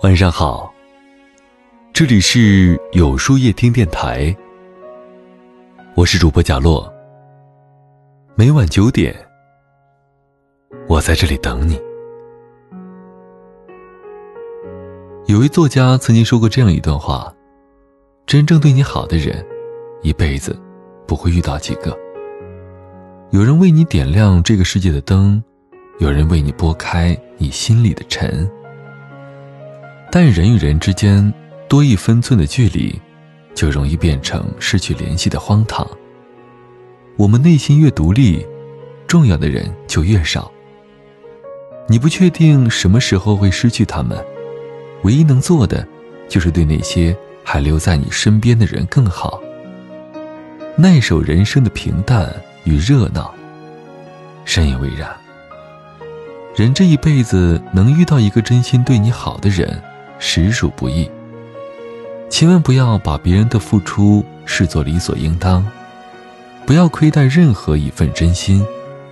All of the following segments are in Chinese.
晚上好，这里是有书夜听电台，我是主播贾洛。每晚9点，我在这里等你。有位作家曾经说过这样一段话：真正对你好的人，一辈子不会遇到几个。有人为你点亮这个世界的灯，有人为你拨开你心里的尘。但人与人之间多一分寸的距离，就容易变成失去联系的荒唐。我们内心越独立，重要的人就越少。你不确定什么时候会失去他们，唯一能做的就是对那些还留在你身边的人更好，耐守人生的平淡与热闹。深以为然，人这一辈子能遇到一个真心对你好的人，实属不易。千万不要把别人的付出视作理所应当，不要亏待任何一份真心。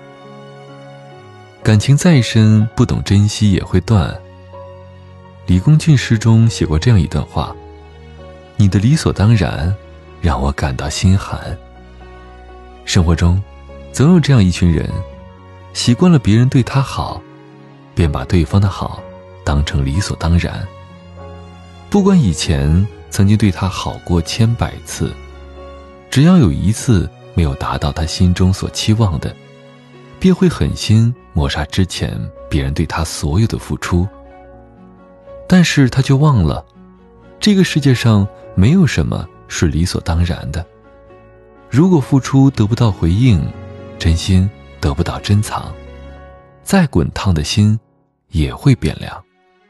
感情再深，不懂珍惜也会断。李公俊诗中写过这样一段话：你的理所当然让我感到心寒。生活中总有这样一群人，习惯了别人对他好，便把对方的好当成理所当然。不管以前曾经对他好过千百次，只要有一次没有达到他心中所期望的，便会狠心抹杀之前别人对他所有的付出。但是他却忘了，这个世界上没有什么是理所当然的。如果付出得不到回应，真心得不到珍藏，再滚烫的心也会变凉。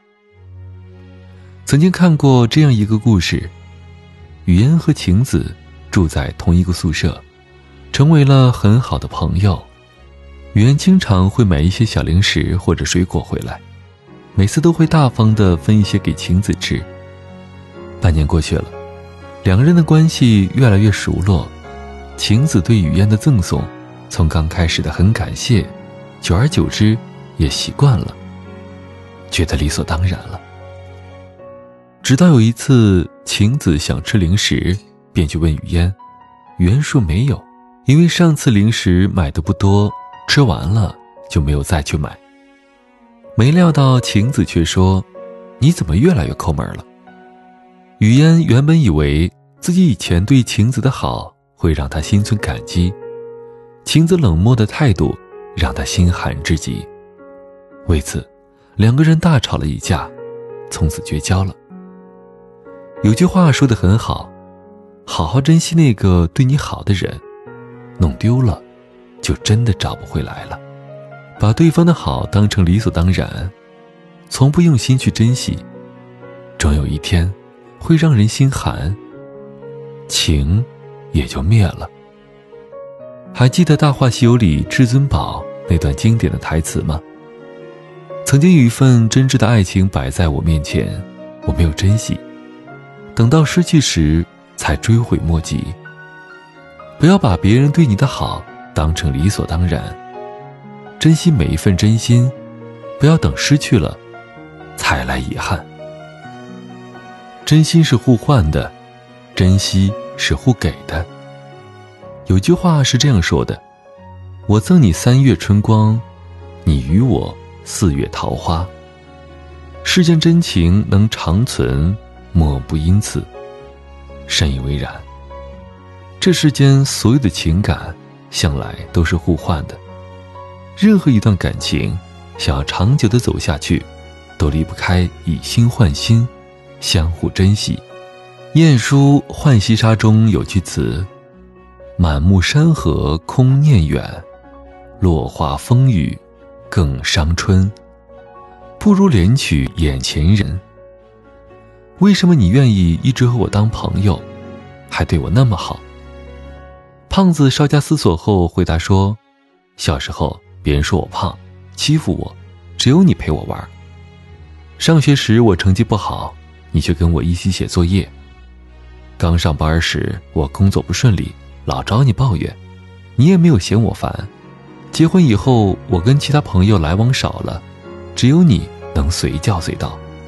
曾经看过这样一个故事，雨嫣和晴子住在同一个宿舍，成为了很好的朋友。雨嫣经常会买一些小零食或者水果回来，每次都会大方地分一些给晴子吃。半年过去了，两个人的关系越来越熟络。晴子对雨嫣的赠送，从刚开始的很感谢，久而久之也习惯了，觉得理所当然了。直到有一次，晴子想吃零食，便去问雨嫣，雨嫣说没有，因为上次零食买的不多，吃完了就没有再去买。没料到晴子却说，你怎么越来越抠门了？雨嫣原本以为自己以前对晴子的好会让她心存感激，晴子冷漠的态度让她心寒至极。为此，两个人大吵了一架，从此绝交了。有句话说得很好，好好珍惜那个对你好的人，弄丢了就真的找不回来了。把对方的好当成理所当然，从不用心去珍惜，终有一天会让人心寒，情也就灭了。还记得《大话西游》里至尊宝那段经典的台词吗？曾经有一份真挚的爱情摆在我面前，我没有珍惜，等到失去时才追悔莫及。不要把别人对你的好当成理所当然，珍惜每一份真心，不要等失去了才来遗憾。真心是互换的，珍惜是互给的。有句话是这样说的：我赠你3月春光，你与我4月桃花。世间真情能长存，莫不因此。深以为然。这世间所有的情感向来都是互换的，任何一段感情想要长久地走下去，都离不开以心换心，相互珍惜。晏殊《浣溪沙》中有句词：满目山河空念远，落花风雨更伤春。不如怜取眼前人。为什么你愿意一直和我当朋友，还对我那么好？胖子稍加思索后回答说，小时候别人说我胖，欺负我，只有你陪我玩。上学时我成绩不好，你却跟我一起写作业。刚上班时我工作不顺利，老找你抱怨，你也没有嫌我烦。结婚以后我跟其他朋友来往少了，只有你能随叫随到。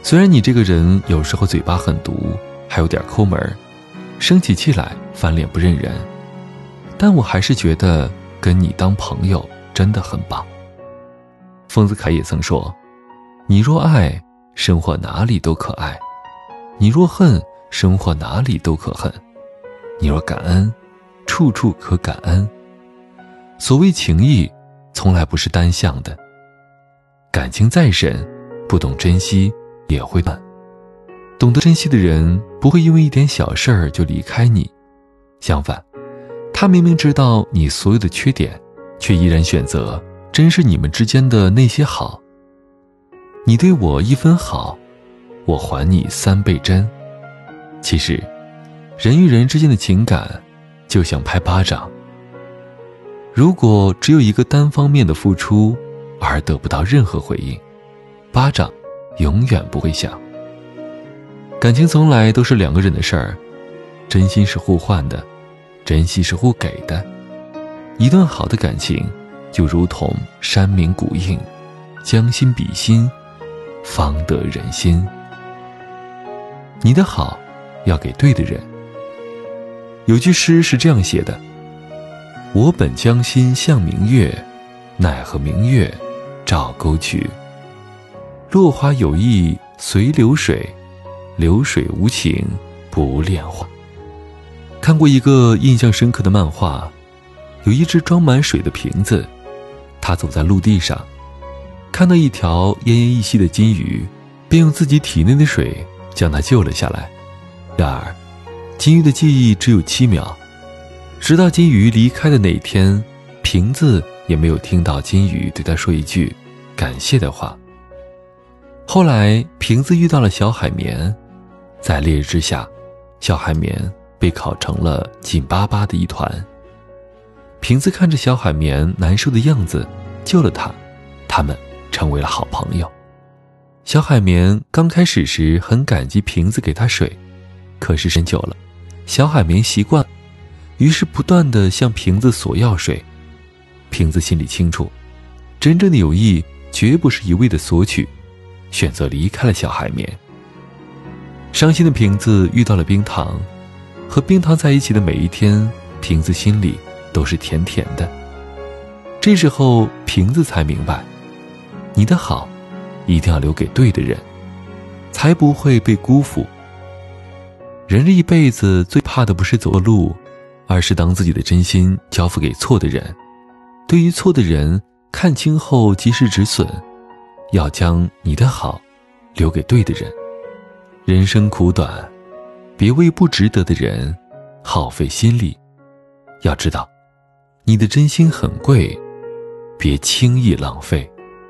虽然你这个人有时候嘴巴很毒，还有点抠门，生起气来翻脸不认人，但我还是觉得跟你当朋友真的很棒。丰子恺也曾说，你若爱，生活哪里都可爱；你若恨，生活哪里都可恨；你若感恩，处处可感恩。所谓情谊，从来不是单向的，感情再深，不懂珍惜也会淡。懂得珍惜的人，不会因为一点小事儿就离开你，相反，他明明知道你所有的缺点，却依然选择珍视你们之间的那些好。你对我1分好，我还你3倍真。其实，人与人之间的情感，就像拍巴掌。如果只有一个单方面的付出，而得不到任何回应，巴掌永远不会响。感情从来都是2个人的事儿，真心是互换的，珍惜是互给的。一段好的感情，就如同山明谷应，将心比心，方得人心。你的好要给对的人。有句诗是这样写的：我本将心向明月，奈何明月照沟渠。落花有意随流水，流水无情不恋花。看过一个印象深刻的漫画，有一只装满水的瓶子，它走在陆地上，看到一条奄奄一息的金鱼，便用自己体内的水将它救了下来。然而金鱼的记忆只有7秒，直到金鱼离开的那一天，瓶子也没有听到金鱼对它说一句感谢的话。后来瓶子遇到了小海绵，在烈日之下，小海绵被烤成了紧巴巴的一团。瓶子看着小海绵难受的样子，救了它，他们成为了好朋友。小海绵刚开始时很感激瓶子给它水，可是时间久了，小海绵习惯，于是不断地向瓶子索要水。瓶子心里清楚，真正的友谊绝不是一味的索取，选择离开了小海绵。伤心的瓶子遇到了冰糖，和冰糖在一起的每一天，瓶子心里都是甜甜的。这时候瓶子才明白，你的好一定要留给对的人，才不会被辜负。人这一辈子最怕的不是走错路，而是当自己的真心交付给错的人。对于错的人，看清后及时止损，要将你的好留给对的人。人生苦短，别为不值得的人耗费心力。要知道，你的真心很贵，别轻易浪费。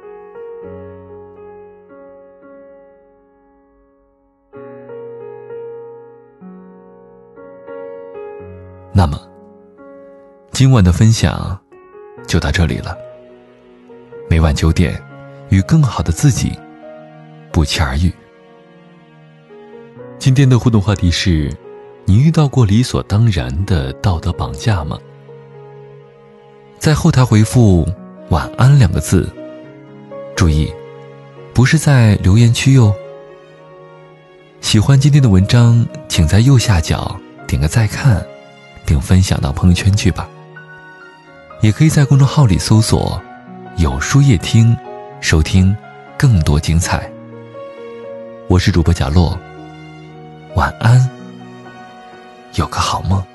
那么，今晚的分享就到这里了。每晚9点，与更好的自己不期而遇。今天的互动话题是：你遇到过理所当然的道德绑架吗？在后台回复“晚安”2个字，注意，不是在留言区哟。喜欢今天的文章，请在右下角点个再看，并分享到朋友圈去吧。也可以在公众号里搜索“有书夜听”，收听更多精彩。我是主播贾洛，晚安，有个好梦。